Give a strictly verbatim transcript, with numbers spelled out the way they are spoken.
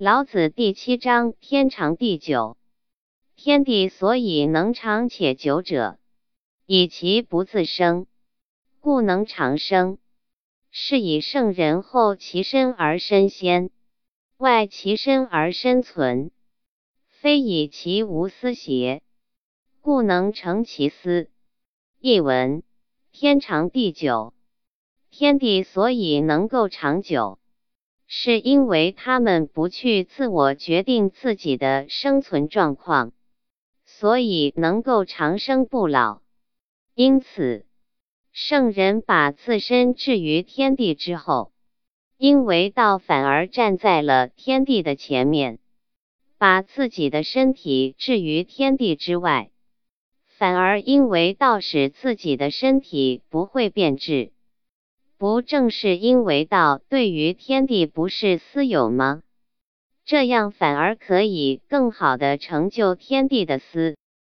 老子第七章天长地久。天地所以能长且久者，以其不自生，故能长生。是以圣人后其身而身先，外其身而身存，非以其无私邪？故能成其私。译文：天长地久。天地所以能够长久，是因为他们不去自我决定自己的生存状况，所以能够长生不老。因此，圣人把自身置于天地之后，因为道反而站在了天地的前面；把自己的身体置于天地之外，反而因为道使自己的身体不会变质。不正是因为道对于天地不是私有吗？这样反而可以更好地成就天地的私。